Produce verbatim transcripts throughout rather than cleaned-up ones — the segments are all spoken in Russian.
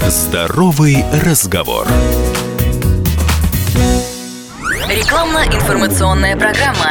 Здоровый разговор. Рекламно-информационная программа.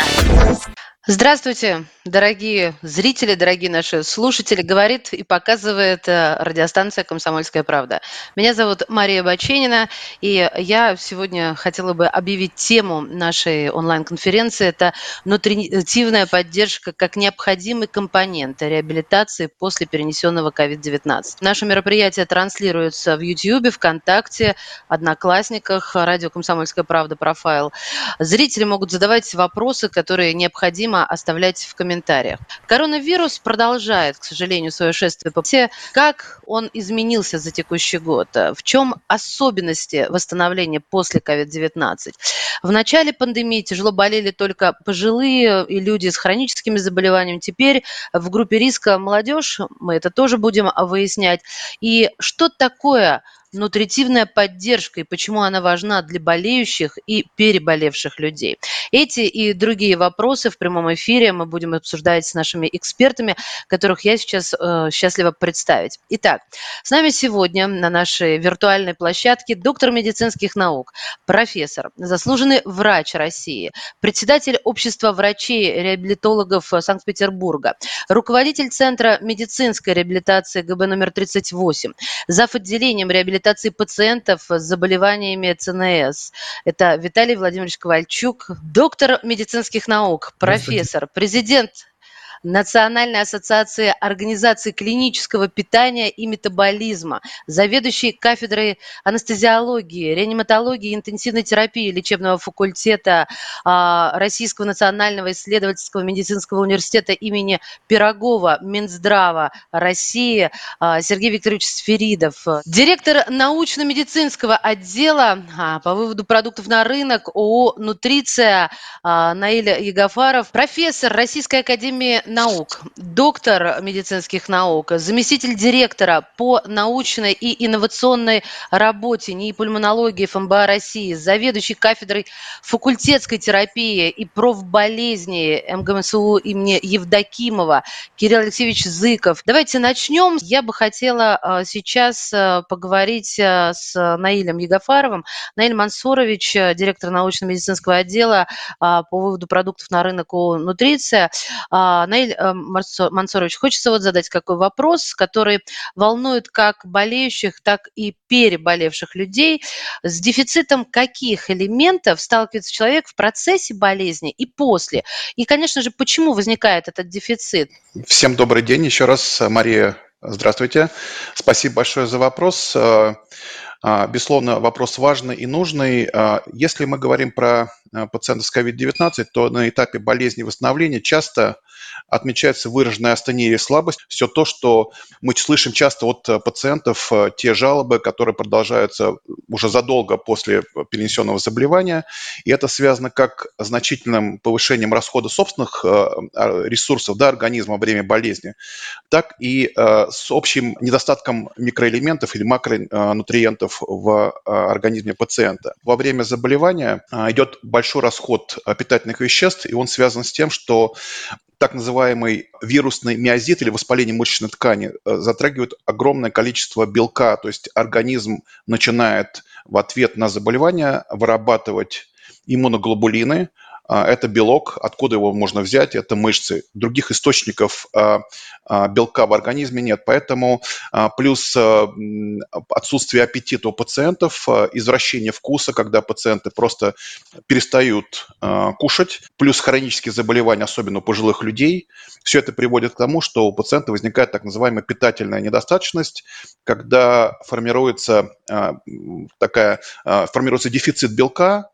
Здравствуйте, дорогие зрители, дорогие наши слушатели. Говорит и показывает э, радиостанция «Комсомольская правда». Меня зовут Мария Баченина, и я сегодня хотела бы объявить тему нашей онлайн-конференции. Это нутритивная поддержка как необходимый компонент реабилитации после перенесенного ковид девятнадцать. Наше мероприятие транслируется в Ютьюбе, ВКонтакте, Одноклассниках, радио «Комсомольская правда» профайл. Зрители могут задавать вопросы, которые необходимо оставлять в комментариях. Коронавирус продолжает, к сожалению, свое шествие по планете. Как он изменился за текущий год? В чем особенности восстановления после ковид девятнадцать? В начале пандемии тяжело болели только пожилые и люди с хроническими заболеваниями. Теперь в группе риска молодежь, мы это тоже будем выяснять. И что такое нутритивная поддержка и почему она важна для болеющих и переболевших людей? Эти и другие вопросы в прямом эфире мы будем обсуждать с нашими экспертами, которых я сейчас э, счастлива представить. Итак, с нами сегодня на нашей виртуальной площадке доктор медицинских наук, профессор, заслуженный врач России, председатель общества врачей-реабилитологов Санкт-Петербурга, руководитель Центра медицинской реабилитации ГБ номер тридцать восемь, зав. Отделением реабилитации пациентов с заболеваниями ЦНС. Это Виталий Владимирович Ковальчук, доктор медицинских наук, профессор, президент Национальной ассоциации организаций клинического питания и метаболизма, заведующий кафедрой анестезиологии, реаниматологии и интенсивной терапии лечебного факультета а, Российского национального исследовательского медицинского университета имени Пирогова Минздрава России а, Сергей Викторович Сферидов, директор научно-медицинского отдела а, по выводу продуктов на рынок ООО «Нутриция» а, Наиль Ягафаров, профессор Российской академии наук, доктор медицинских наук, заместитель директора по научной и инновационной работе НИИ пульмонологии ФМБА России, заведующий кафедрой факультетской терапии и профболезней МГМСУ имени Евдокимова Кирилл Алексеевич Зыков. Давайте начнем. Я бы хотела а, сейчас а, поговорить а, с Наилем Ягафаровым. Наиль Мансурович, а, директор научно-медицинского отдела а, по выводу продуктов на рынок ООО «Нутриция». А, Наиль э, Марсо- Мансурович, хочется вот задать какой вопрос, который волнует как болеющих, так и переболевших людей. С дефицитом каких элементов сталкивается человек в процессе болезни и после? И, конечно же, почему возникает этот дефицит? Всем добрый день еще раз, Мария. Здравствуйте. Спасибо большое за вопрос. Э, а, Безусловно, вопрос важный и нужный. А, Если мы говорим про а, пациентов с ковид девятнадцать, то на этапе болезни и восстановления часто отмечается выраженная астения и слабость. Все то, что мы слышим часто от а, пациентов, а, те жалобы, которые продолжаются уже задолго после перенесенного заболевания. И это связано как с значительным повышением расхода собственных а, а, ресурсов, да, организма во время болезни, так и а, с общим недостатком микроэлементов или макронутриентов в а, организме пациента. Во время заболевания а, идет большой расход а, питательных веществ, и он связан с тем, что так называемый вирусный миозит или воспаление мышечной ткани а, затрагивает огромное количество белка, то есть организм начинает в ответ на заболевание вырабатывать иммуноглобулины. А, Это белок, откуда его можно взять, это мышцы. Других источников а, а, белка в организме нет, поэтому а, плюс а, м, отсутствие аппетита у пациентов, а, извращение вкуса, когда пациенты просто перестают а, кушать, плюс хронические заболевания, особенно у пожилых людей. Все это приводит к тому, что у пациента возникает так называемая питательная недостаточность, когда формируется а, м, такая, а, формируется дефицит белка.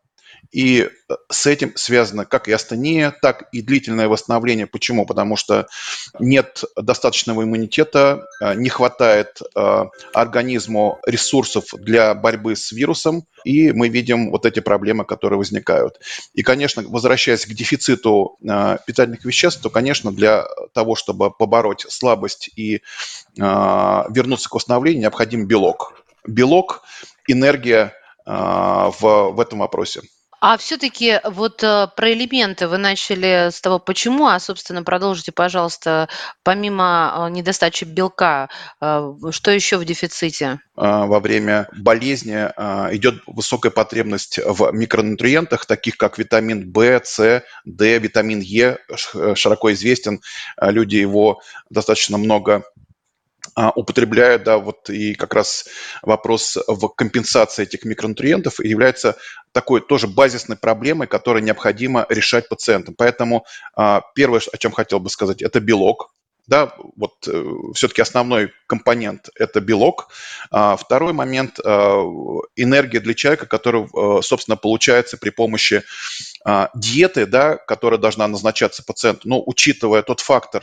И э, с этим связано как и астения, так и длительное восстановление. Почему? Потому что нет достаточного иммунитета, э, не хватает э, организму ресурсов для борьбы с вирусом, и мы видим вот эти проблемы, которые возникают. И, конечно, возвращаясь к дефициту э, питательных веществ, то, конечно, для того, чтобы побороть слабость и э, вернуться к восстановлению, необходим белок. Белок – энергия э, в, в этом вопросе. А все-таки вот э, про элементы вы начали с того, почему, а, собственно, продолжите, пожалуйста, помимо э, недостачи белка, э, что еще в дефиците? А, Во время болезни а, идет высокая потребность в микронутриентах, таких как витамин В, С, Д, витамин Е, ш- широко известен. А, Люди его достаточно много а, употребляют, да, вот и как раз вопрос в компенсации этих микронутриентов является такой тоже базисной проблемой, которую необходимо решать пациентам. Поэтому а, первое, о чем хотел бы сказать, это белок. Да, вот все-таки основной компонент – это белок. А, второй момент – энергия для человека, которая, э, собственно, получается при помощи а, диеты, да, которая должна назначаться пациенту, но учитывая тот фактор,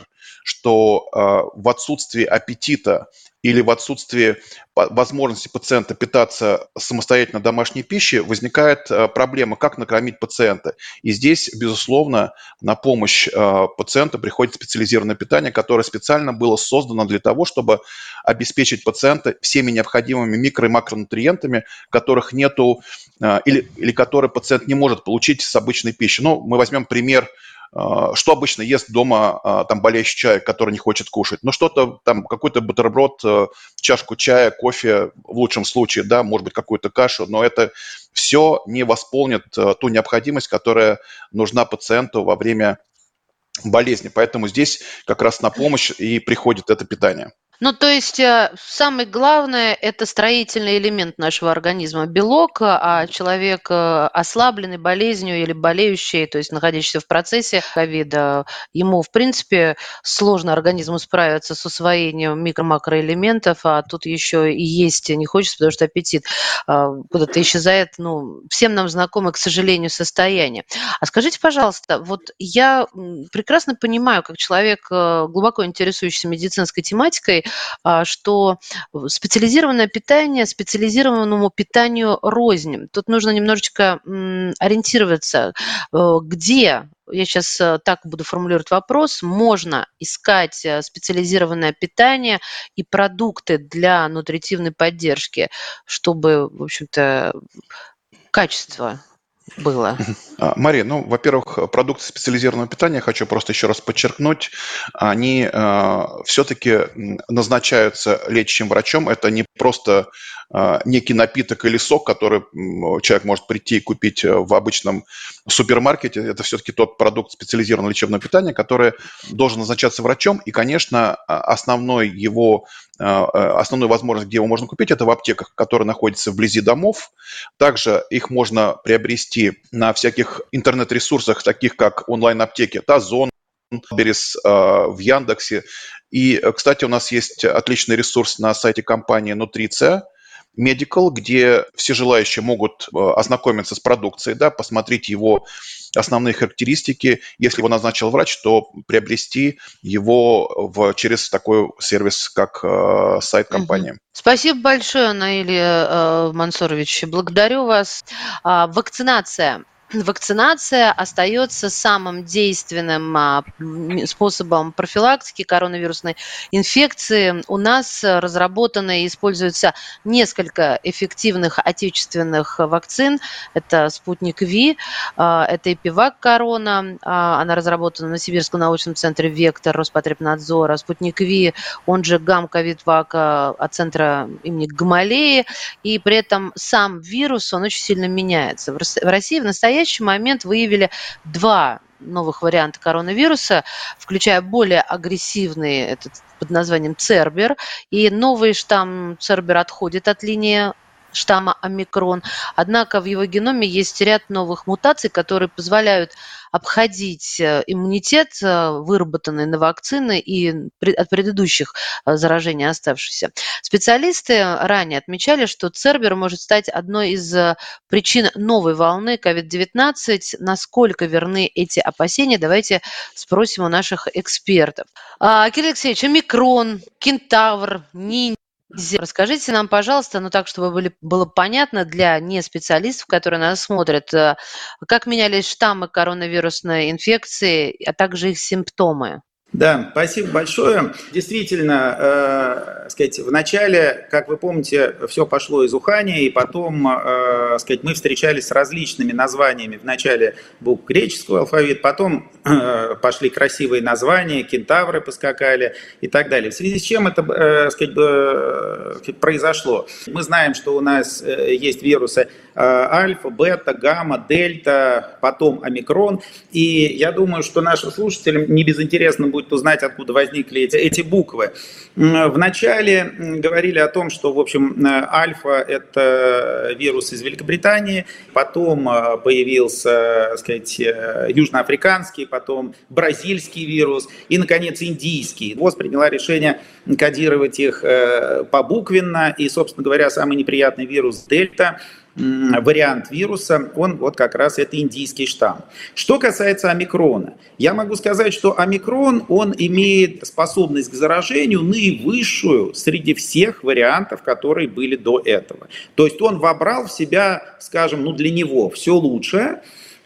что а, в отсутствии аппетита или в отсутствии по- возможности пациента питаться самостоятельно домашней пищей, возникает а, проблема, как накормить пациента. И здесь, безусловно, на помощь а, пациенту приходит специализированное питание, которое специально было создано для того, чтобы обеспечить пациента всеми необходимыми микро- и макронутриентами, которых нету а, или, или которые пациент не может получить с обычной пищи. Ну, мы возьмем пример, а, что обычно ест дома а, там болеющий человек, который не хочет кушать. Ну, что-то там, какой-то бутерброд, а, чашку чая, кофе, в лучшем случае, да, может быть, какую-то кашу, но это все не восполнит а, ту необходимость, которая нужна пациенту во время болезни. Поэтому здесь как раз на помощь и приходит это питание. Ну, то есть, э, самое главное — это строительный элемент нашего организма — белок, а человек, э, ослабленный болезнью или болеющий, то есть находящийся в процессе ковида, ему, в принципе, сложно организму справиться с усвоением микро-макроэлементов, а тут еще и есть не хочется, потому что аппетит, а, куда-то исчезает, ну, всем нам знакомое, к сожалению, состояние. А скажите, пожалуйста, вот я, м, прекрасно понимаю, как человек, э, глубоко интересующийся медицинской тематикой, а, что в специализированное питание специализированному питанию рознь. Тут нужно немножечко, м, ориентироваться, э, где, я сейчас так буду формулировать вопрос, можно искать, э, специализированное питание и продукты для нутритивной поддержки, чтобы, в общем-то, качество было. А, Мария, ну, во-первых, продукты специализированного питания, хочу просто еще раз подчеркнуть, они все-таки назначаются лечащим врачом. Это не просто а, некий напиток или сок, который м, человек может прийти и купить э, в обычном супермаркете. Это все-таки тот продукт специализированного лечебного питания, который должен назначаться врачом. И, конечно, а, основной его, а, а, основной возможность, где его можно купить, это в аптеках, которые находятся вблизи домов. Также их можно приобрести на всяких интернет-ресурсах, таких как онлайн-аптеки, Тазон, Берес, в Яндексе. И, э, кстати, у нас есть отличный ресурс на сайте компании Nutricia Medical, где все желающие могут э, ознакомиться с продукцией, да, посмотреть его основные характеристики. Если его назначил врач, то приобрести его в, через такой сервис, как э, сайт Мгм. компании. Спасибо большое, Наиль, э, Мансурович. Благодарю вас. А, вакцинация. Вакцинация остается самым действенным а, м, способом профилактики коронавирусной инфекции. У нас э, разработано и используется несколько эффективных отечественных вакцин. Это «Спутник Ви», а, это «Эпивак Корона». а, Она разработана на Сибирском научном центре «Вектор» Роспотребнадзора. «Спутник Ви», он же гам-ковид-вак а, от центра имени Гамалеи, и при этом сам вирус, он очень сильно меняется. В Рос- в России в настоящий момент выявили два новых варианта коронавируса, включая более агрессивный, этот под названием Цербер, и новый штамм Цербер отходит от линии штамма омикрон. Однако в его геноме есть ряд новых мутаций, которые позволяют обходить э, иммунитет, э, выработанный на вакцины и пре- от предыдущих э, заражений оставшихся. Специалисты ранее отмечали, что Цербер может стать одной из э, причин новой волны ковид девятнадцать. Насколько верны эти опасения? Давайте спросим у наших экспертов. А, Кирилл Алексеевич, омикрон, кентавр, ниндзя. Расскажите нам, пожалуйста, ну так, чтобы были, было понятно для неспециалистов, которые нас смотрят, э, как менялись штаммы коронавирусной инфекции, а также их симптомы. Да, спасибо большое. Действительно, э, сказать, в начале, как вы помните, все пошло из Уханя, и потом, э, сказать, мы встречались с различными названиями. Вначале букв греческого алфавита, потом э, пошли красивые названия, кентавры поскакали и так далее. В связи с чем это, э, сказать, э, произошло? Мы знаем, что у нас э, есть вирусы э, альфа, бета, гамма, дельта, потом омикрон, и я думаю, что нашим слушателям не безинтересно будет будет узнать, откуда возникли эти, эти буквы. Вначале говорили о том, что, в общем, альфа – это вирус из Великобритании, потом появился, так сказать, южноафриканский, потом бразильский вирус и, наконец, индийский. ВОЗ приняла решение кодировать их побуквенно, и, собственно говоря, самый неприятный вирус дельта, вариант вируса, он вот как раз это индийский штамм. Что касается омикрона, я могу сказать, что омикрон, он имеет способность к заражению наивысшую среди всех вариантов, которые были до этого. То есть он вобрал в себя, скажем, ну для него все лучшее,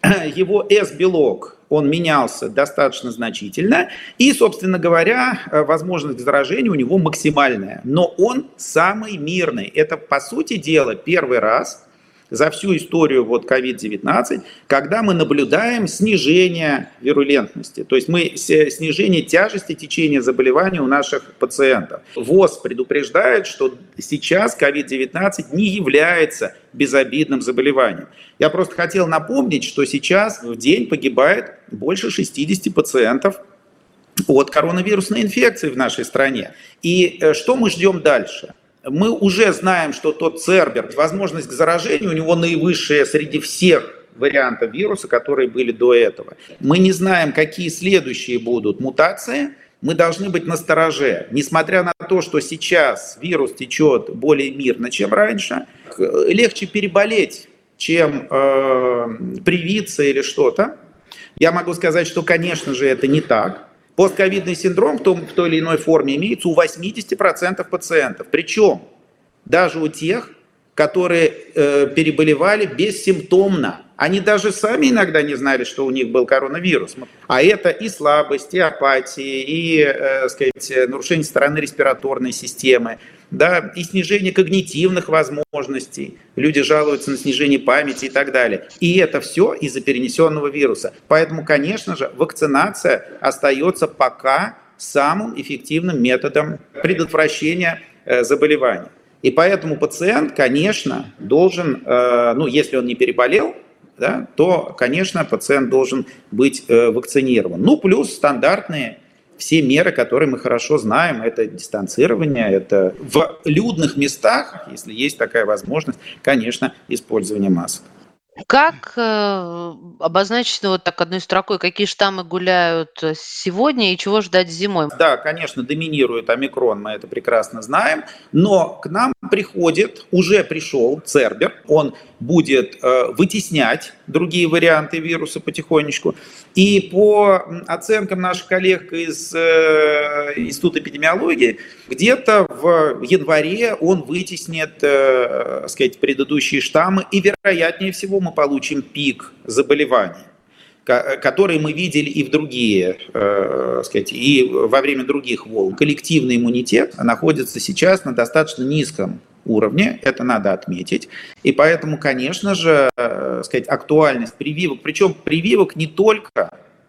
его S-белок, он менялся достаточно значительно, и, собственно говоря, возможность к заражению у него максимальная. Но он самый мирный. Это, по сути дела, первый раз за всю историю вот ковид девятнадцать, когда мы наблюдаем снижение вирулентности, то есть мы снижение тяжести течения заболевания у наших пациентов. ВОЗ предупреждает, что сейчас ковид девятнадцать не является безобидным заболеванием. Я просто хотел напомнить, что сейчас в день погибает больше шестидесяти пациентов от коронавирусной инфекции в нашей стране. И что мы ждем дальше? Мы уже знаем, что тот Цербер, возможность к заражению у него наивысшая среди всех вариантов вируса, которые были до этого. Мы не знаем, какие следующие будут мутации. Мы должны быть настороже. Несмотря на то, что сейчас вирус течет более мирно, чем раньше, легче переболеть, чем э, привиться или что-то. Я могу сказать, что, конечно же, это не так. Постковидный синдром в, том, в той или иной форме имеется у восьмидесяти процентов пациентов. Причем даже у тех, которые э, переболевали бессимптомно. Они даже сами иногда не знали, что у них был коронавирус. А это и слабость, и апатия, и э, сказать, нарушение стороны респираторной системы, да, и снижение когнитивных возможностей. Люди жалуются на снижение памяти и так далее. И это все из-за перенесенного вируса. Поэтому, конечно же, вакцинация остается пока самым эффективным методом предотвращения э, заболевания. И поэтому пациент, конечно, должен, э, ну, если он не переболел, да, то, конечно, пациент должен быть э, вакцинирован. Ну, плюс стандартные все меры, которые мы хорошо знаем, это дистанцирование, это в людных местах, если есть такая возможность, конечно, использование масок. Как э, обозначить, ну, вот так одной строкой, какие штаммы гуляют сегодня и чего ждать зимой? Да, конечно, доминирует омикрон, мы это прекрасно знаем, но к нам приходит, уже пришел Цербер, он будет э, вытеснять другие варианты вируса потихонечку. И по оценкам наших коллег из э, Института эпидемиологии, где-то в январе он вытеснит, э, сказать, предыдущие штаммы, и вероятнее всего мы получим пик заболеваний, которые мы видели и в другие, э, сказать, и во время других волн. Коллективный иммунитет находится сейчас на достаточно низком уровне, это надо отметить. И поэтому, конечно же, э, сказать, актуальность прививок, причем прививок не только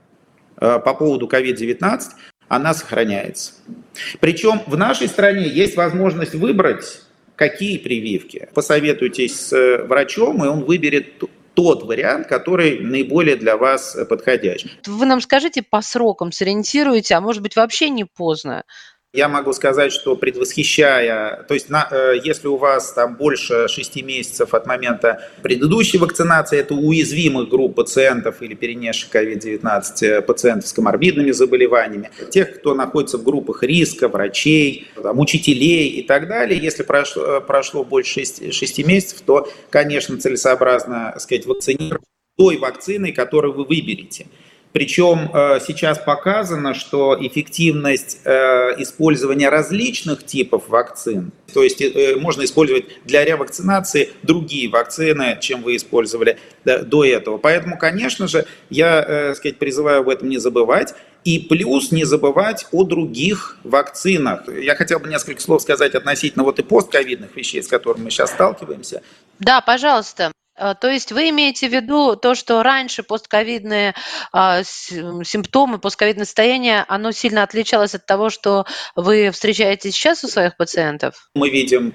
э, по поводу ковид девятнадцать, она сохраняется. Причем в нашей стране есть возможность выбрать, какие прививки. Посоветуйтесь с врачом, и он выберет тот вариант, который наиболее для вас подходящий. Вы нам скажите по срокам, сориентируйте, а может быть вообще не поздно? Я могу сказать, что предвосхищая, то есть на, если у вас там больше шести месяцев от момента предыдущей вакцинации, это уязвимых групп пациентов или перенесших ковид девятнадцать пациентов с коморбидными заболеваниями, тех, кто находится в группах риска, врачей, там, учителей и так далее, если прошло, прошло больше шести, шести месяцев, то, конечно, целесообразно, так сказать, вакцинировать той вакциной, которую вы выберете. Причем сейчас показано, что эффективность использования различных типов вакцин, то есть можно использовать для ревакцинации другие вакцины, чем вы использовали до этого. Поэтому, конечно же, я, так сказать, призываю об этом не забывать. И плюс не забывать о других вакцинах. Я хотел бы несколько слов сказать относительно вот и постковидных вещей, с которыми мы сейчас сталкиваемся. Да, пожалуйста. А, То есть вы имеете в виду то, что раньше постковидные а, с- м, симптомы, постковидное состояние, оно сильно отличалось от того, что вы встречаете сейчас у своих пациентов? Мы видим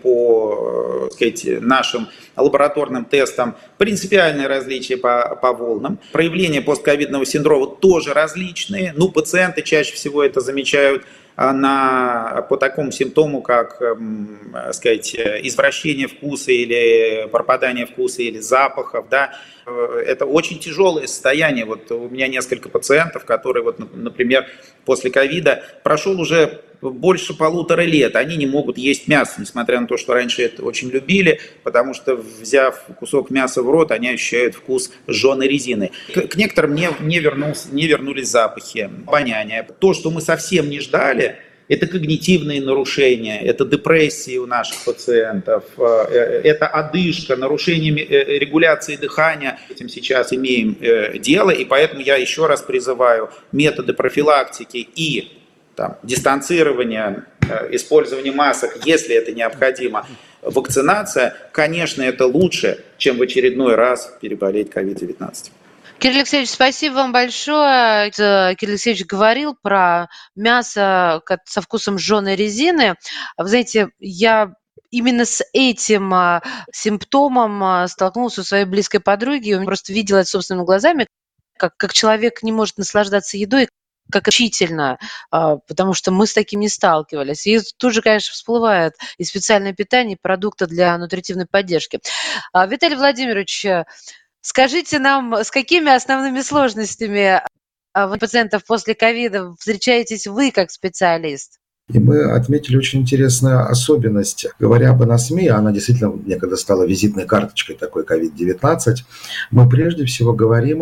по, э, сказать, нашим лабораторным тестам принципиальные различия по, по волнам. Проявления постковидного синдрома тоже различные. Ну, пациенты чаще всего это замечают а, на, по такому симптому, как, эм, э, сказать, э, извращение вкуса или пропадание вкуса или запахов, да. Э, Это очень тяжелое состояние. Вот у меня несколько пациентов, которые, вот, нап- например, после ковида прошел уже больше полутора лет, они не могут есть мясо, несмотря на то, что раньше это очень любили, потому что, взяв кусок мяса в рот, они ощущают вкус жженой резины. К, к некоторым не, не, вернулся, не вернулись запахи, обоняние. То, что мы совсем не ждали, это когнитивные нарушения, это депрессии у наших пациентов, э, это одышка, нарушение э, регуляции дыхания. Этим сейчас имеем э, дело, и поэтому я еще раз призываю методы профилактики и там, дистанцирование, э, использование масок, если это необходимо, вакцинация, конечно, это лучше, чем в очередной раз переболеть ковид девятнадцать. Кирилл Алексеевич, спасибо вам большое. Это Кирилл Алексеевич говорил про мясо ко- со вкусом жженой резины. А Вы знаете, я именно с этим а, симптомом а, столкнулась у своей близкой подруги. Я просто видела это собственными глазами, как, как человек не может наслаждаться едой, как учительно, потому что мы с таким не сталкивались. И тут же, конечно, всплывает и специальное питание, и продукты для нутритивной поддержки. А, Виталий Владимирович, э, скажите нам, с какими основными сложностями а, вы пациентов после ковида встречаетесь вы как специалист? И мы отметили очень интересную особенность. Говоря об анасмии, она действительно некогда стала визитной карточкой такой ковид девятнадцать, мы прежде всего говорим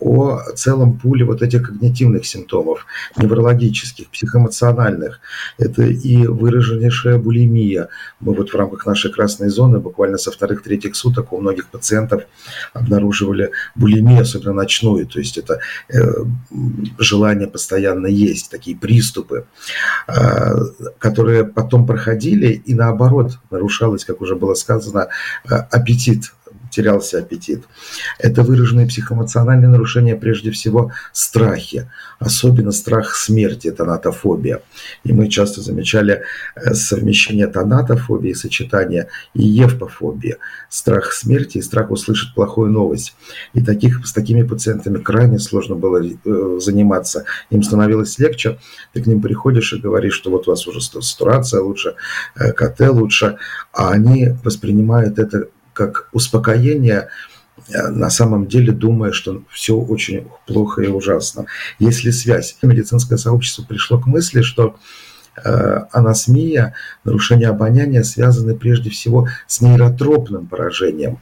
о целом пуле вот этих когнитивных симптомов, неврологических, психоэмоциональных. Это и выраженнейшая булимия. Мы вот в рамках нашей красной зоны буквально со вторых-третьих суток у многих пациентов обнаруживали булимию, особенно ночную. То есть это э, желание постоянно есть, такие приступы, э, которые потом проходили, и наоборот нарушалось, как уже было сказано, э, аппетит. Терялся аппетит. Это выраженные психоэмоциональные нарушения, прежде всего страхи, особенно страх смерти, тонатофобия. И мы часто замечали совмещение тонатофобии, сочетание и евпофобии, страх смерти и страх услышать плохую новость. И таких, с такими пациентами крайне сложно было э, заниматься. Им становилось легче, ты к ним приходишь и говоришь, что вот у вас уже сатурация лучше, э, КТ лучше, а они воспринимают это как успокоение, на самом деле думая, что все очень плохо и ужасно. Есть ли связь? Медицинское сообщество пришло к мысли, что э, анасмия, нарушение обоняния связаны прежде всего с нейротропным поражением,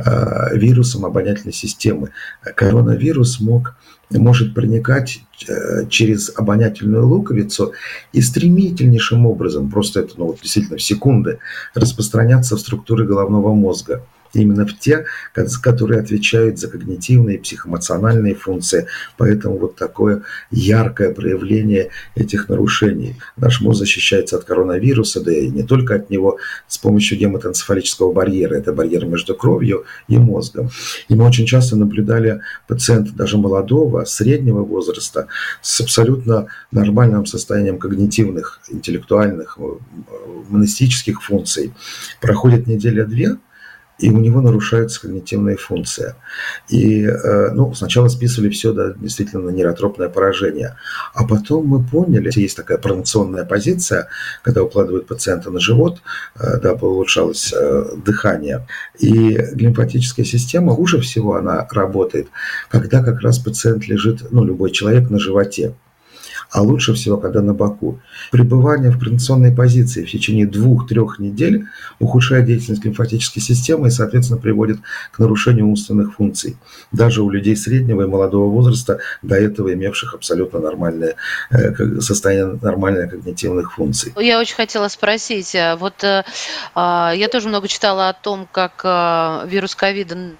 э, вирусом обонятельной системы. Коронавирус мог может проникать через обонятельную луковицу и стремительнейшим образом, просто это ну, вот действительно в секунды, распространяться в структуры головного мозга. Именно в те, которые отвечают за когнитивные, психоэмоциональные функции. Поэтому вот такое яркое проявление этих нарушений. Наш мозг защищается от коронавируса, да и не только от него, с помощью гематоэнцефалического барьера. Это барьер между кровью и мозгом. И мы очень часто наблюдали пациента даже молодого, среднего возраста, с абсолютно нормальным состоянием когнитивных, интеллектуальных, монастических функций. Проходит неделя-две, и у него нарушаются когнитивные функции. И ну, сначала списывали все да, действительно на нейротропное поражение. А потом мы поняли, есть такая пронационная позиция, когда укладывают пациента на живот, дабы улучшалось дыхание. И лимфатическая система, хуже всего она работает, когда как раз пациент лежит, ну, любой человек на животе. А лучше всего, когда на боку. Пребывание в пронационной позиции в течение двух-трех недель ухудшает деятельность лимфатической системы и, соответственно, приводит к нарушению умственных функций. Даже у людей среднего и молодого возраста, до этого имевших абсолютно нормальное состояние нормальных когнитивных функций. Я очень хотела спросить, вот э, я тоже много читала о том, как э, вирус ковида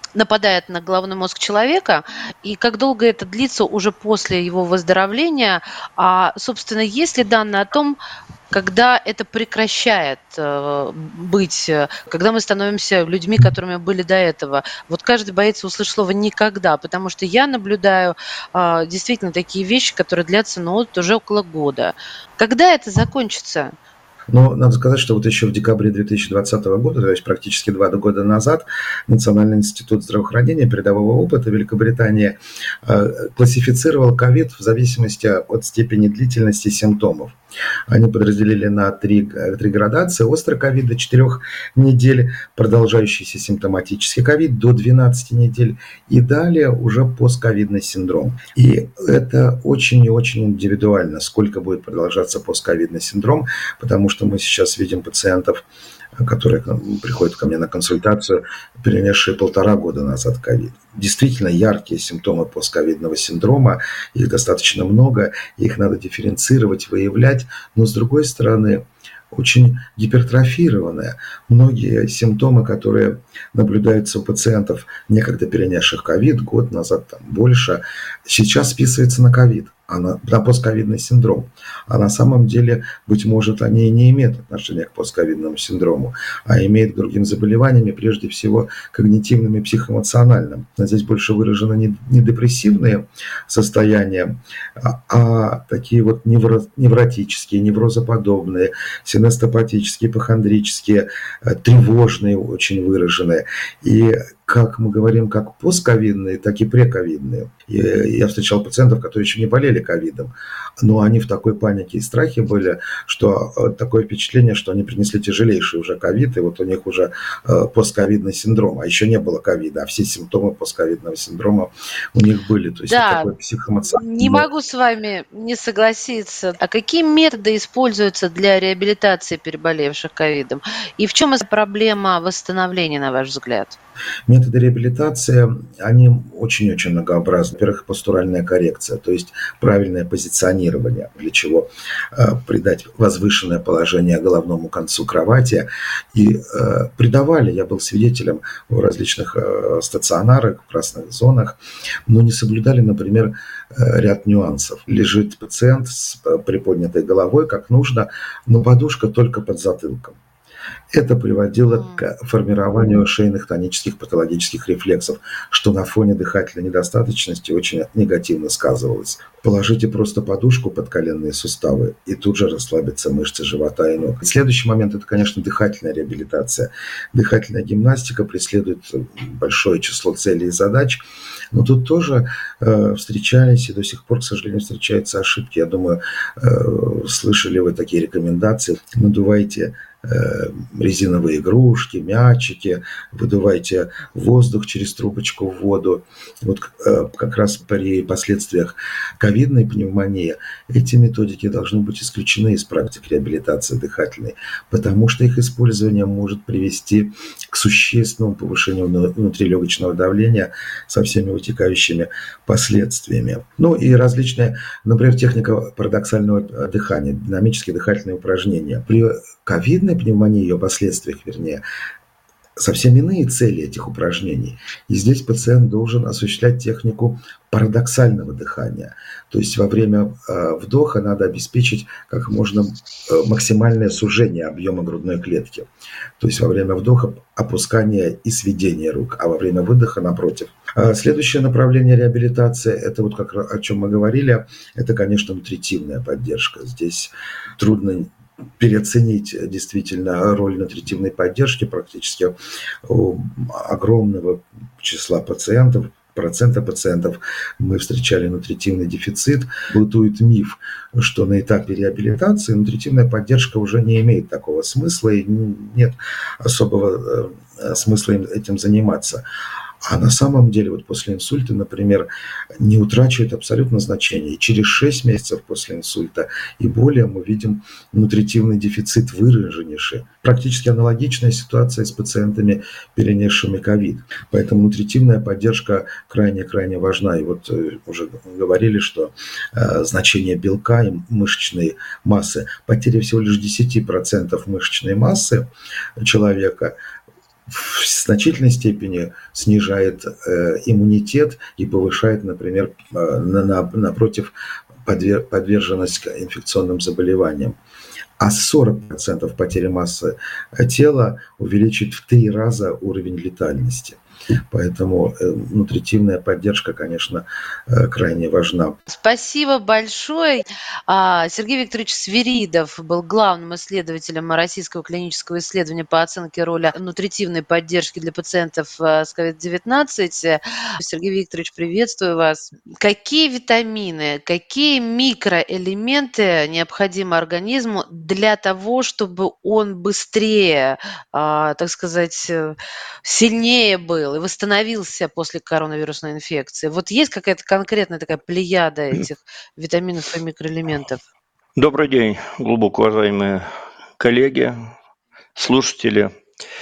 нападает на головной мозг человека, и как долго это длится уже после его выздоровления. А, собственно, есть ли данные о том, когда это прекращает э, быть, э, когда мы становимся людьми, которыми были до этого? Вот каждый боится услышать слово «никогда», потому что я наблюдаю а, действительно такие вещи, которые длятся, ну, вот уже около года. Когда это закончится? Но надо сказать, что вот еще в декабре две тысячи двадцатого года, то есть практически два года назад, Национальный институт здравоохранения передового опыта Великобритании э, классифицировал ковид в зависимости от степени длительности симптомов. Они подразделили на три, три градации: острый ковид до четырех недель, продолжающийся симптоматический ковид до двенадцати недель и далее уже постковидный синдром. И это очень и очень индивидуально, сколько будет продолжаться постковидный синдром, потому что мы сейчас видим пациентов, которые приходят ко мне на консультацию, перенесшие полтора года назад ковид. Действительно яркие симптомы постковидного синдрома, их достаточно много, их надо дифференцировать, выявлять, но с другой стороны, очень гипертрофированная. Многие симптомы, которые наблюдаются у пациентов, некогда перенесших ковид, год назад, там, больше, сейчас списывается на ковид, а на, на постковидный синдром. А на самом деле, быть может, они и не имеют отношения к постковидному синдрому, а имеют к другим заболеваниям, и прежде всего когнитивным и психоэмоциональным. Здесь больше выражены не, не депрессивные состояния, а, а такие вот невро, невротические, неврозоподобные, синестопатические, ипохондрические, тревожные очень выраженные. И как мы говорим, как постковидные, так и прековидные. И я встречал пациентов, которые еще не болели ковидом, но они в такой панике и страхе были, что такое впечатление, что они принесли тяжелейший уже ковид, и вот у них уже постковидный синдром, а еще не было ковида, а все симптомы постковидного синдрома у них были. То есть Да, такой психоэмоциональный... не могу с вами не согласиться. А какие методы используются для реабилитации переболевших ковидом? И в чем проблема восстановления, на ваш взгляд? Методы реабилитации, они очень-очень многообразны. Во-первых, постуральная коррекция, то есть правильное позиционирование, для чего э, придать возвышенное положение головному концу кровати. И э, придавали, я был свидетелем в различных э, стационарах, в красных зонах, но не соблюдали, например, э, ряд нюансов. Лежит пациент с приподнятой головой, как нужно, но подушка только под затылком. Это приводило к формированию шейных тонических патологических рефлексов, что на фоне дыхательной недостаточности очень негативно сказывалось. Положите просто подушку под коленные суставы, и тут же расслабятся мышцы живота и ног. Следующий момент – это, конечно, дыхательная реабилитация. Дыхательная гимнастика преследует большое число целей и задач, но тут тоже э, встречались, и до сих пор, к сожалению, встречаются ошибки. Я думаю, э, слышали вы такие рекомендации. Надувайте резиновые игрушки, мячики, выдувайте воздух через трубочку в воду. Вот как раз при последствиях ковидной пневмонии эти методики должны быть исключены из практики реабилитации дыхательной, потому что их использование может привести к существенному повышению внутрилегочного давления со всеми вытекающими последствиями. Ну и различные, например, техника парадоксального дыхания, динамические дыхательные упражнения. При ковидной пневмонии, ее последствиях, вернее, совсем иные цели этих упражнений. И здесь пациент должен осуществлять технику парадоксального дыхания. То есть во время э, вдоха надо обеспечить как можно э, максимальное сужение объема грудной клетки. То есть во время вдоха опускание и сведение рук, а во время выдоха напротив. А следующее направление реабилитации, это вот как о чем мы говорили, это, конечно, нутритивная поддержка. Здесь трудно переоценить действительно роль нутритивной поддержки практически у огромного числа пациентов, процента пациентов мы встречали нутритивный дефицит. Бытует миф, что на этапе реабилитации нутритивная поддержка уже не имеет такого смысла и нет особого смысла этим заниматься. А на самом деле вот после инсульта, например, не утрачивает абсолютно значение. И через шесть месяцев после инсульта и более мы видим нутритивный дефицит выраженнейший. Практически аналогичная ситуация с пациентами, перенесшими ковид. Поэтому нутритивная поддержка крайне-крайне важна. И вот уже говорили, что э, значение белка и мышечной массы, потеря всего лишь десять процентов мышечной массы человека в значительной степени снижает э, иммунитет и повышает, например, э, на, на, напротив, подвер, подверженность инфекционным заболеваниям. А сорок процентов потери массы тела увеличит в три раза уровень летальности. Поэтому нутритивная поддержка, конечно, крайне важна. Спасибо большое. Сергей Викторович Свиридов был главным исследователем Российского клинического исследования по оценке роли нутритивной поддержки для пациентов с ковид девятнадцать. Сергей Викторович, приветствую вас. Какие витамины, какие микроэлементы необходимы организму для того, чтобы он быстрее, так сказать, сильнее был и восстановился после коронавирусной инфекции? Вот есть какая-то конкретная такая плеяда этих витаминов и микроэлементов? Добрый день, глубоко уважаемые коллеги, слушатели.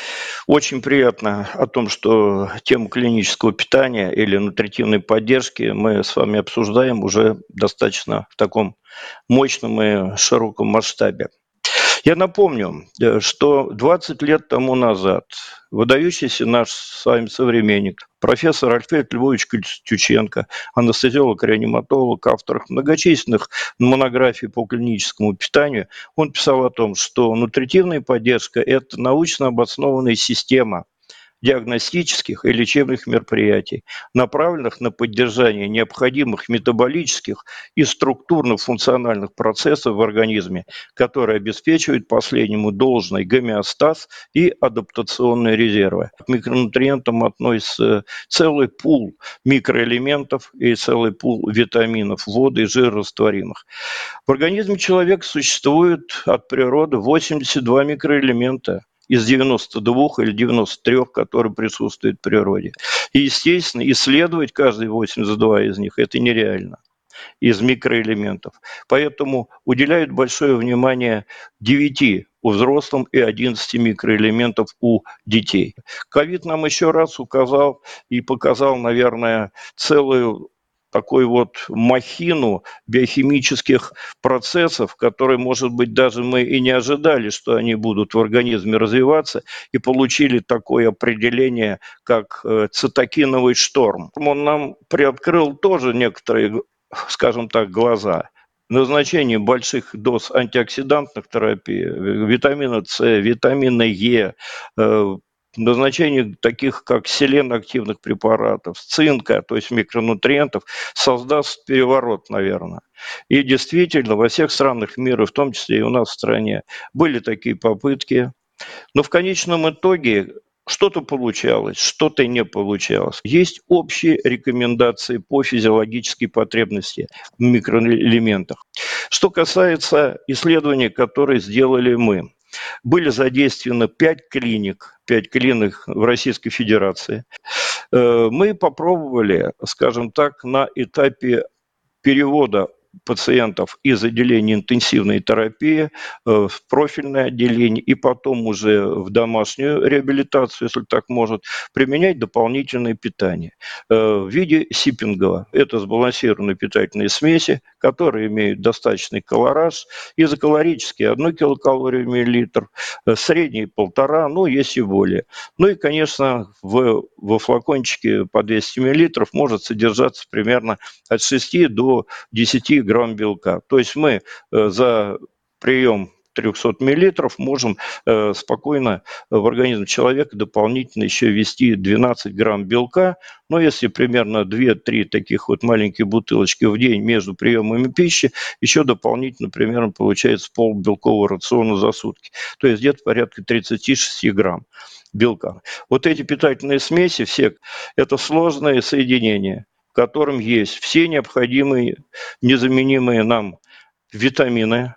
Очень приятно о том, что тему клинического питания или нутритивной поддержки мы с вами обсуждаем уже достаточно в таком мощном и широком масштабе. Я напомню, что двадцать лет тому назад выдающийся наш с вами современник, профессор Альфред Львович Костюченко, анестезиолог-реаниматолог, автор многочисленных монографий по клиническому питанию, он писал о том, что нутритивная поддержка – это научно обоснованная система диагностических и лечебных мероприятий, направленных на поддержание необходимых метаболических и структурно-функциональных процессов в организме, которые обеспечивают последнему должный гомеостаз и адаптационные резервы. К микронутриентам относится целый пул микроэлементов и целый пул витаминов, воды и жирорастворимых. В организме человека существует от природы восемьдесят два микроэлемента из девяноста двух или девяноста трёх, которые присутствуют в природе. И, естественно, исследовать каждые восемьдесят два из них – это нереально, из микроэлементов. Поэтому уделяют большое внимание девяти у взрослых и одиннадцати микроэлементов у детей. Ковид нам еще раз указал и показал, наверное, целую такую вот махину биохимических процессов, которые, может быть, даже мы и не ожидали, что они будут в организме развиваться, и получили такое определение, как цитокиновый шторм. Он нам приоткрыл тоже некоторые, скажем так, глаза. Назначение больших доз антиоксидантных терапий, витамина С, витамина Е, назначение таких, как селеноактивных препаратов, цинка, то есть микронутриентов, создаст переворот, наверное. И действительно, во всех странах мира, в том числе и у нас в стране, были такие попытки. Но в конечном итоге что-то получалось, что-то не получалось. Есть общие рекомендации по физиологической потребности в микроэлементах. Что касается исследований, которые сделали мы. Были задействованы пять клиник, пять клиник в Российской Федерации. Мы попробовали, скажем так, на этапе перевода пациентов из отделения интенсивной терапии в профильное отделение и потом уже в домашнюю реабилитацию, если так может, применять дополнительное питание в виде сиппинга. Это сбалансированные питательные смеси, которые имеют достаточный колораж, изокалорический одну килокалорию в миллилитр, средний полтора, ну, есть и более. Ну и, конечно, в, во флакончике по двести миллилитров может содержаться примерно от шести до десяти грамм белка. То есть мы за прием трехсот миллилитров можем э, спокойно в организм человека дополнительно еще ввести двенадцать грамм белка. Но если примерно две-три таких вот маленькие бутылочки в день между приемами пищи, еще дополнительно примерно получается пол белкового рациона за сутки. То есть где-то порядка тридцать шесть грамм белка. Вот эти питательные смеси, все, это сложные соединения, в котором есть все необходимые, незаменимые нам витамины,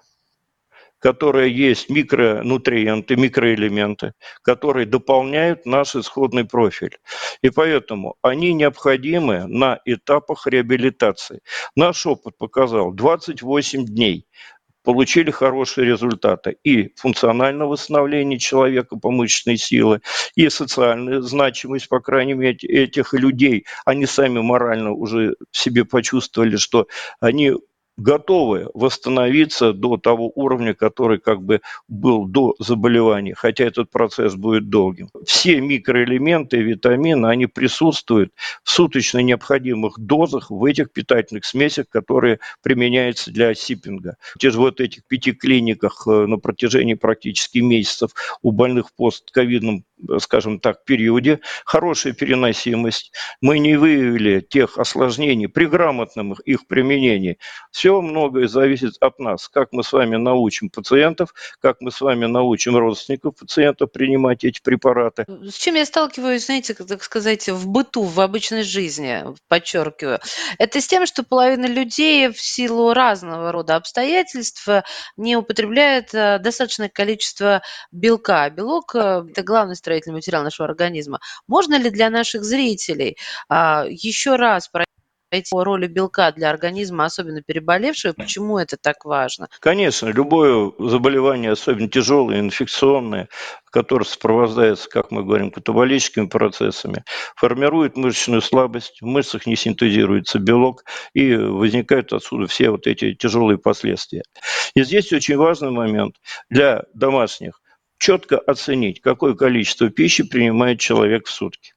которые есть микронутриенты, микроэлементы, которые дополняют наш исходный профиль. И поэтому они необходимы на этапах реабилитации. Наш опыт показал, двадцать восемь дней получили хорошие результаты и функциональное восстановление человека по мышечной силе, и социальная значимость, по крайней мере, этих людей. Они сами морально уже в себе почувствовали, что они готовы восстановиться до того уровня, который как бы был до заболевания, хотя этот процесс будет долгим. Все микроэлементы, витамины, они присутствуют в суточно необходимых дозах в этих питательных смесях, которые применяются для сиппинга. Те же вот этих пяти клиниках на протяжении практически месяцев у больных в постковидном, скажем так, периоде, хорошая переносимость. Мы не выявили тех осложнений при грамотном их применении. Все многое зависит от нас, как мы с вами научим пациентов, как мы с вами научим родственников пациентов принимать эти препараты. С чем я сталкиваюсь, знаете, как так сказать, в быту, в обычной жизни, подчеркиваю, это с тем, что половина людей в силу разного рода обстоятельств э, не употребляет э, достаточное количество белка. Белок э, – это главный строительный материал нашего организма. Можно ли для наших зрителей а, еще раз пройти по роли белка для организма, особенно переболевшего, почему это так важно? Конечно, любое заболевание, особенно тяжелое, инфекционное, которое сопровождается, как мы говорим, катаболическими процессами, формирует мышечную слабость, в мышцах не синтезируется белок, и возникают отсюда все вот эти тяжелые последствия. И здесь очень важный момент для домашних – четко оценить, какое количество пищи принимает человек в сутки.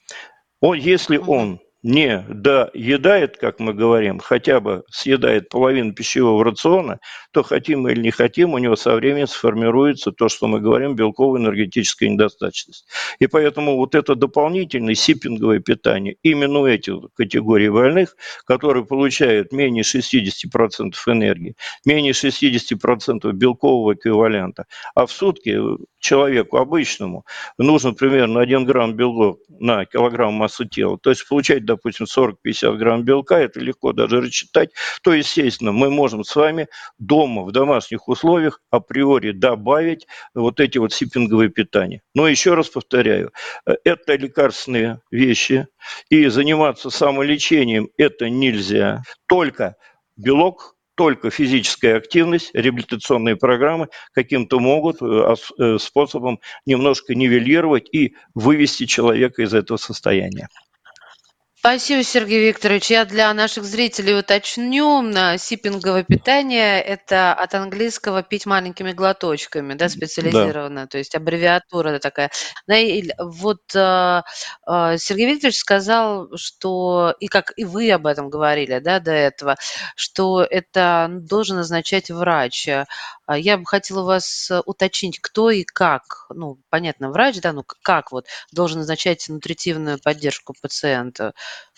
Он, если Мгм. он не доедает, как мы говорим, хотя бы съедает половину пищевого рациона, то хотим мы или не хотим, у него со временем сформируется то, что мы говорим, белковая энергетическая недостаточность. И поэтому вот это дополнительное сиппинговое питание именно у этих категорий больных, которые получают менее шестьдесят процентов энергии, менее шестьдесят процентов белкового эквивалента, а в сутки человеку обычному нужно примерно один грамм белка на килограмм массы тела, то есть получать, допустим, сорок-пятьдесят грамм белка, это легко даже рассчитать, то, естественно, мы можем с вами дома в домашних условиях априори добавить вот эти вот сиппинговые питания. Но еще раз повторяю, это лекарственные вещи, и заниматься самолечением это нельзя, только белок, только физическая активность, реабилитационные программы каким-то могут способом немножко нивелировать и вывести человека из этого состояния. Спасибо, Сергей Викторович. Я для наших зрителей уточню. на Сиппинговое питание – это от английского «пить маленькими глоточками», да, Да. специализированно, то есть аббревиатура такая. Да, и вот а, а, Сергей Викторович сказал, что, и как и вы об этом говорили, да, до этого, что это должен назначать врач. А Я бы хотела у вас э, уточнить, кто и как, ну, понятно, врач, да, ну, к- как вот должен назначать нутритивную поддержку пациента?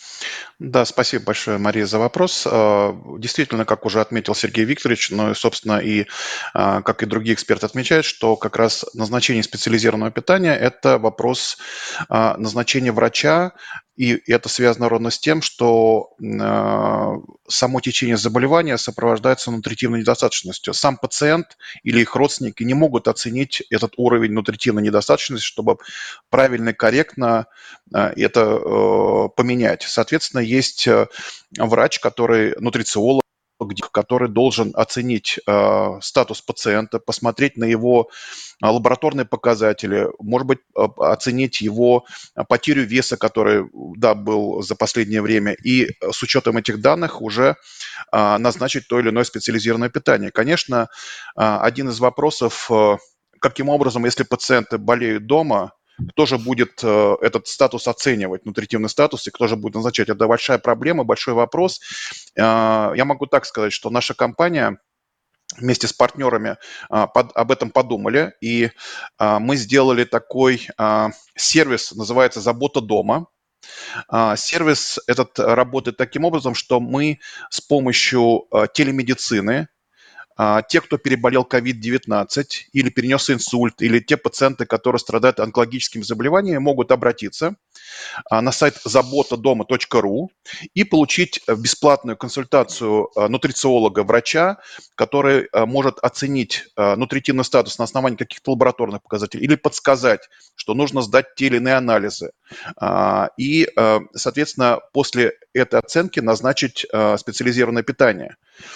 Да, спасибо большое, Мария, за вопрос. А, Действительно, как уже отметил Сергей Викторович, ну и, собственно, и а, как и другие эксперты отмечают, что как раз назначение специализированного питания – это вопрос а, назначения врача, и это связано ровно с тем, что а, само течение заболевания сопровождается нутритивной недостаточностью. Сам пациент или их родственники не могут оценить этот уровень нутритивной недостаточности, чтобы правильно и корректно а, это э, поменять. Соответственно, есть э, врач, который нутрициолог, где- который должен оценить э, статус пациента, посмотреть на его а, лабораторные показатели, может быть, э, оценить его а, потерю веса, который, да, был за последнее время, и э, с учетом этих данных уже а, назначить то или иное специализированное питание. Конечно, а, один из вопросов, э, каким образом, если пациенты болеют дома, кто же будет э, этот статус оценивать, нутритивный статус, и кто же будет назначать? Это большая проблема, большой вопрос. Э, Я могу так сказать, что наша компания вместе с партнерами а, под- об этом подумали, и а, мы сделали такой а, сервис, называется «Забота дома». А, Сервис этот работает таким образом, что мы с помощью а, телемедицины, а, те, кто переболел ковид девятнадцать или перенес инсульт, или те пациенты, которые страдают онкологическими заболеваниями, могут обратиться а, на сайт забота дома точка ру и получить э, бесплатную консультацию э, нутрициолога, врача, который э, может оценить э, нутритивный статус на основании каких-то лабораторных показателей или подсказать, что нужно сдать те или иные анализы. А, И, э, соответственно, после этой оценки назначить э, специализированное питание.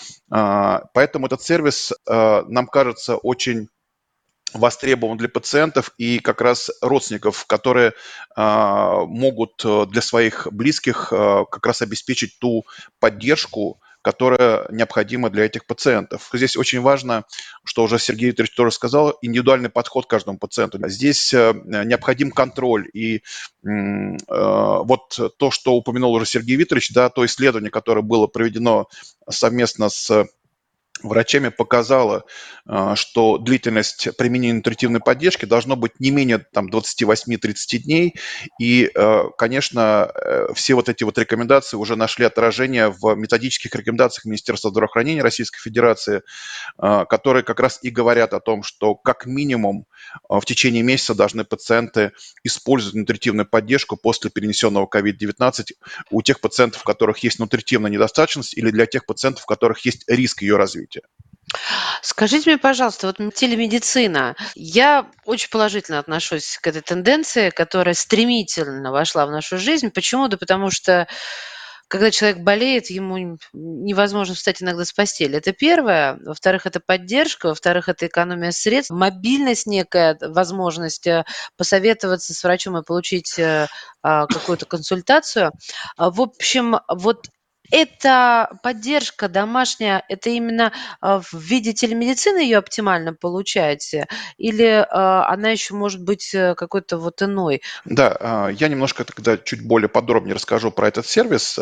А, Поэтому этот сервис, э, нам кажется, очень востребован для пациентов и как раз родственников, которые а, могут э, для своих близких а, как раз обеспечить ту поддержку, которая необходима для этих пациентов. Здесь очень важно, что уже Сергей Викторович тоже сказал, индивидуальный подход к каждому пациенту. Здесь необходим контроль. И вот то, что упомянул уже Сергей Викторович, да, то исследование, которое было проведено совместно с врачами, показало, что длительность применения нутритивной поддержки должно быть не менее там, двадцать восемь тридцать дней. И, конечно, все вот эти вот рекомендации уже нашли отражение в методических рекомендациях Министерства здравоохранения Российской Федерации, которые как раз и говорят о том, что как минимум в течение месяца должны пациенты использовать нутритивную поддержку после перенесенного ковид девятнадцать у тех пациентов, у которых есть нутритивная недостаточность, или для тех пациентов, у которых есть риск ее развития. Скажите мне, пожалуйста, вот телемедицина. Я очень положительно отношусь к этой тенденции, которая стремительно вошла в нашу жизнь. Почему? Да потому что когда человек болеет, ему невозможно встать иногда с постели. Это первое. Во-вторых, это поддержка. Во-вторых, это экономия средств. Мобильность некая, возможность посоветоваться с врачом и получить какую-то консультацию. В общем, вот эта поддержка домашняя, это именно в виде телемедицины ее оптимально получаете? Или она еще может быть какой-то вот иной? Да, я немножко тогда чуть более подробнее расскажу про этот сервис.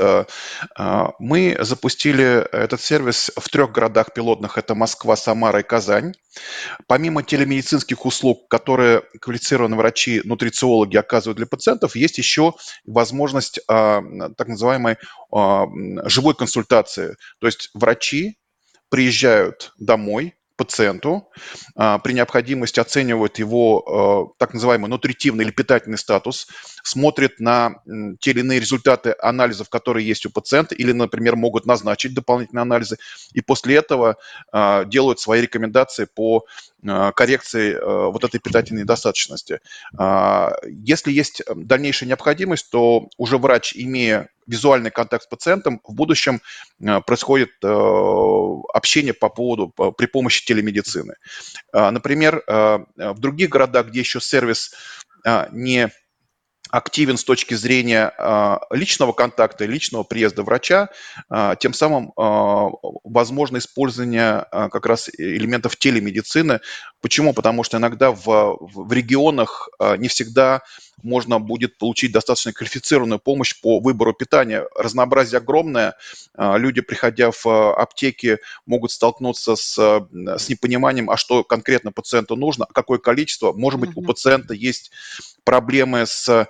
Мы запустили этот сервис в трех городах пилотных. Это Москва, Самара и Казань. Помимо телемедицинских услуг, которые квалифицированные врачи, нутрициологи оказывают для пациентов, есть еще возможность так называемой живой консультации. То есть врачи приезжают домой к пациенту, при необходимости оценивают его так называемый нутритивный или питательный статус, смотрят на те или иные результаты анализов, которые есть у пациента, или, например, могут назначить дополнительные анализы, и после этого делают свои рекомендации по коррекции вот этой питательной недостаточности. Если есть дальнейшая необходимость, то уже врач, имея визуальный контакт с пациентом, в будущем происходит общение по поводу, при помощи телемедицины. Например, в других городах, где еще сервис не активен с точки зрения личного контакта, личного приезда врача, тем самым возможно использование как раз элементов телемедицины. Почему? Потому что иногда в, в регионах не всегда можно будет получить достаточно квалифицированную помощь по выбору питания. Разнообразие огромное. Люди, приходя в аптеки, могут столкнуться с, с непониманием, а что конкретно пациенту нужно, какое количество. Может быть, у пациента есть проблемы с,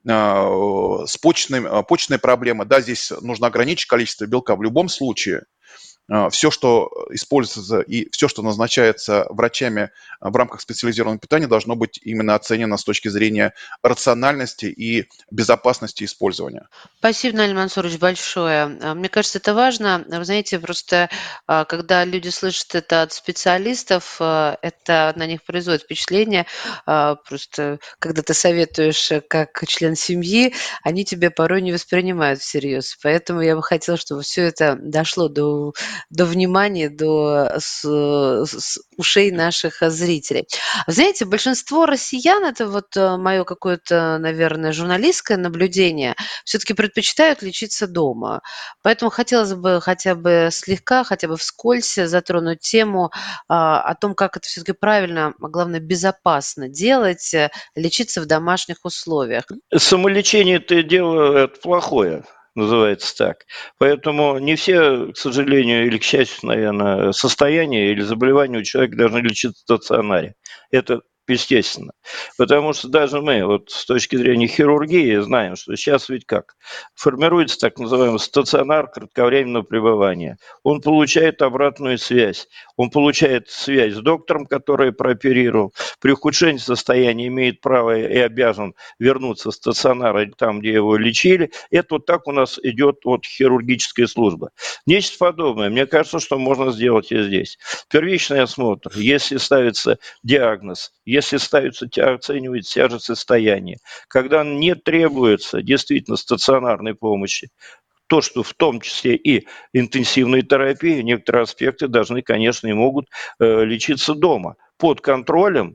с почечной, почечной проблемой. Да, здесь нужно ограничить количество белка. В любом случае, все, что используется и все, что назначается врачами в рамках специализированного питания, должно быть именно оценено с точки зрения рациональности и безопасности использования. Спасибо, Наиль Мансурович, большое. Мне кажется, это важно. Вы знаете, просто когда люди слышат это от специалистов, это на них производит впечатление. Просто когда ты советуешь как член семьи, они тебя порой не воспринимают всерьез. Поэтому я бы хотела, чтобы все это дошло до до внимания, до с, с ушей наших зрителей. Знаете, большинство россиян, это вот мое какое-то, наверное, журналистское наблюдение, все-таки предпочитают лечиться дома. Поэтому хотелось бы хотя бы слегка, хотя бы вскользь затронуть тему а, о том, как это все-таки правильно, а главное, безопасно делать, лечиться в домашних условиях. Самолечение – это дело это плохое. Называется так. Поэтому не все, к сожалению, или к счастью, наверное, состояние или заболевание у человека должны лечиться в стационаре. Это естественно. Потому что даже мы, вот с точки зрения хирургии, знаем, что сейчас ведь как? Формируется так называемый стационар кратковременного пребывания. Он получает обратную связь. Он получает связь с доктором, который прооперировал. При ухудшении состояния имеет право и обязан вернуться в стационар или там, где его лечили. Это вот так у нас идет вот хирургическая служба. Нечто подобное. Мне кажется, что можно сделать и здесь. Первичный осмотр. Если ставится диагноз, если ставится, оценивает тяжесть состояния, когда не требуется действительно стационарной помощи, то, что в том числе и интенсивной терапии, некоторые аспекты должны, конечно, и могут э, лечиться дома под контролем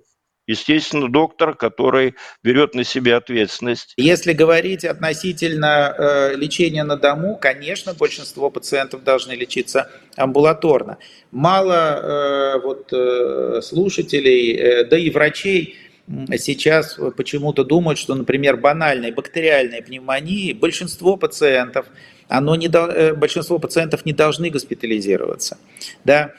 естественно, доктор, который берет на себя ответственность. Если говорить относительно э, лечения на дому, конечно, большинство пациентов должны лечиться амбулаторно. Мало э, вот, э, слушателей, э, да и врачей сейчас почему-то думают, что, например, банальной бактериальной пневмонии большинство пациентов, оно не, большинство пациентов не должны госпитализироваться. Да?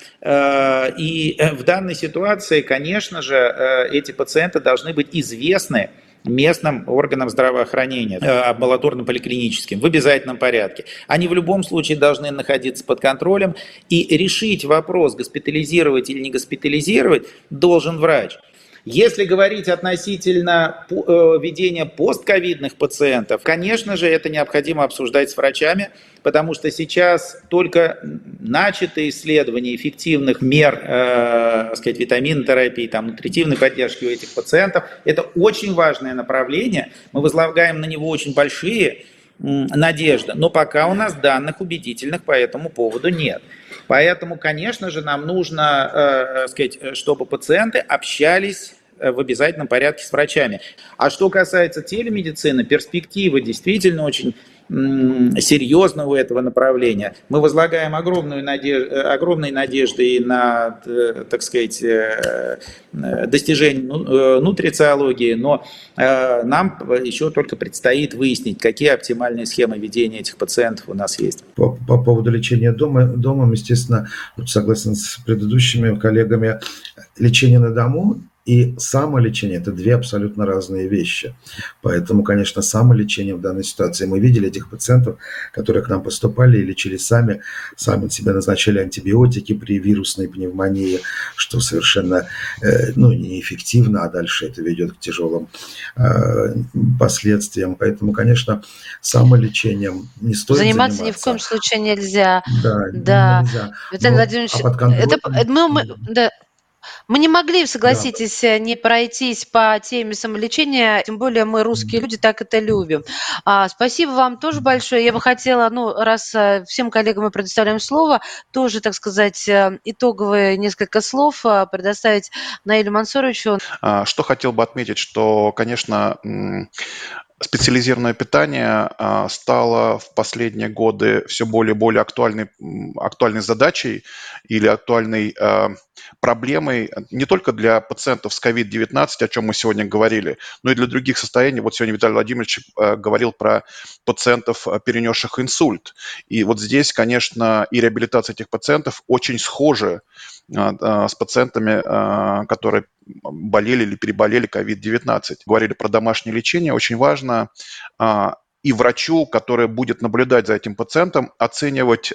И в данной ситуации, конечно же, эти пациенты должны быть известны местным органам здравоохранения, амбулаторно-поликлиническим, в обязательном порядке. Они в любом случае должны находиться под контролем, и решить вопрос, госпитализировать или не госпитализировать, должен врач. Если говорить относительно ведения постковидных пациентов, конечно же, это необходимо обсуждать с врачами, потому что сейчас только начаты исследования эффективных мер, э, сказать, витаминотерапии, там, нутритивной поддержки у этих пациентов. Это очень важное направление, мы возлагаем на него очень большие надежды, но пока у нас данных убедительных по этому поводу нет. Поэтому, конечно же, нам нужно, э, сказать, чтобы пациенты общались в обязательном порядке с врачами. А что касается телемедицины, перспективы действительно очень серьезно у этого направления. Мы возлагаем огромную надежду, огромные надежды и на, так сказать, достижение нутрициологии, но нам еще только предстоит выяснить, какие оптимальные схемы ведения этих пациентов у нас есть. По, по поводу лечения дома, домом, естественно, согласен с предыдущими коллегами, лечение на дому и самолечение – это две абсолютно разные вещи. Поэтому, конечно, самолечение в данной ситуации. Мы видели этих пациентов, которые к нам поступали и лечились сами, сами себе назначали антибиотики при вирусной пневмонии, что совершенно э, ну, неэффективно, а дальше это ведет к тяжелым э, последствиям. Поэтому, конечно, самолечением не стоит заниматься. заниматься. Ни в коем случае нельзя. Да, да. нельзя. Виталий Но, Владимирович, а под контролем... это, мы, мы, да. Мы не могли, согласитесь, да. не пройтись по теме самолечения, тем более мы, русские люди, так это любим. А, спасибо вам тоже большое. Я бы хотела, ну, раз всем коллегам мы предоставляем слово, тоже, так сказать, итоговые несколько слов предоставить Наилю Мансуровичу. Что хотел бы отметить, что, конечно, специализированное питание стало в последние годы все более и более актуальной, актуальной задачей или актуальной проблемой не только для пациентов с ковид девятнадцать, о чем мы сегодня говорили, но и для других состояний. Вот сегодня Виталий Владимирович говорил про пациентов, перенесших инсульт. И вот здесь, конечно, и реабилитация этих пациентов очень схожа с пациентами, которые болели или переболели ковид девятнадцать. Говорили про домашнее лечение. Очень важно и врачу, который будет наблюдать за этим пациентом, оценивать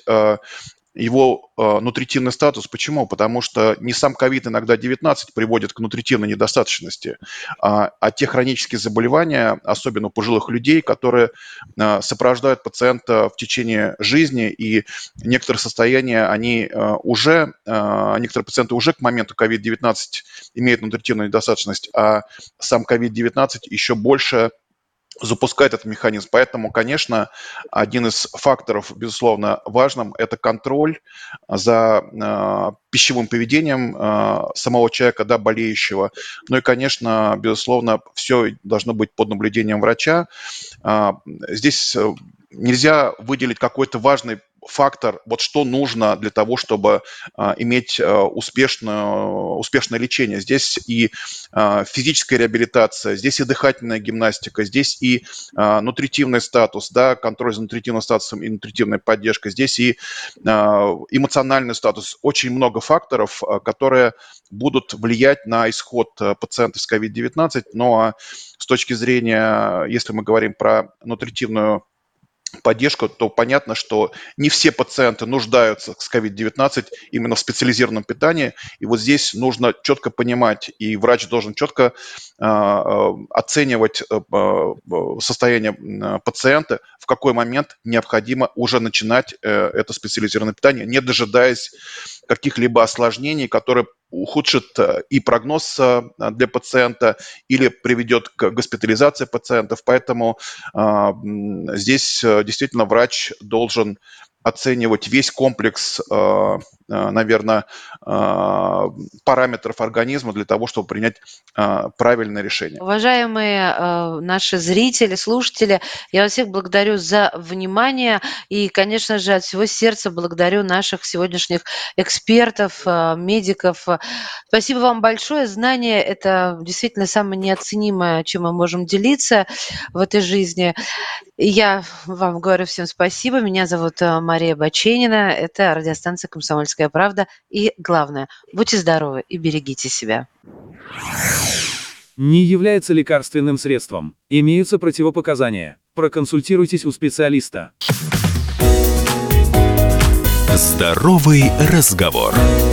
его э, нутритивный статус. Почему? Потому что не сам ковид иногда девятнадцать приводит к нутритивной недостаточности, а, а те хронические заболевания, особенно у пожилых людей, которые э, сопровождают пациента в течение жизни, и некоторые состояния, они э, уже, э, некоторые пациенты уже к моменту ковид девятнадцать имеют нутритивную недостаточность, а сам ковид девятнадцать еще больше запускает этот механизм. Поэтому, конечно, один из факторов, безусловно, важным – это контроль за э, пищевым поведением э, самого человека, да, болеющего. Ну и, конечно, безусловно, все должно быть под наблюдением врача. Э, здесь нельзя выделить какой-то важный фактор, вот что нужно для того, чтобы а, иметь а, успешное, успешное лечение. Здесь и а, физическая реабилитация, здесь и дыхательная гимнастика, здесь и а, нутритивный статус, да, контроль за нутритивным статусом и нутритивная поддержка, здесь и а, эмоциональный статус. Очень много факторов, а, которые будут влиять на исход пациентов с ковид девятнадцать. Ну а с точки зрения, если мы говорим про нутритивную поддержку, то понятно, что не все пациенты нуждаются с ковид девятнадцать именно в специализированном питании. И вот здесь нужно четко понимать, и врач должен четко э, оценивать э, состояние пациента, в какой момент необходимо уже начинать э, это специализированное питание, не дожидаясь каких-либо осложнений, которые ухудшит и прогноз для пациента или приведет к госпитализации пациентов. Поэтому э, здесь действительно врач должен оценивать весь комплекс, наверное, параметров организма для того, чтобы принять правильное решение. Уважаемые э, наши зрители, слушатели, я вас всех благодарю за внимание и, конечно же, от всего сердца благодарю наших сегодняшних экспертов, э, медиков. Спасибо вам большое. Знание – это действительно самое неоценимое, чем мы можем делиться в этой жизни. И я вам говорю всем спасибо. Меня зовут э, Мария Баченина. Это радиостанция «Комсомольская правда». И главное, будьте здоровы и берегите себя. Не является лекарственным средством. Имеются противопоказания. Проконсультируйтесь у специалиста. Здоровый разговор.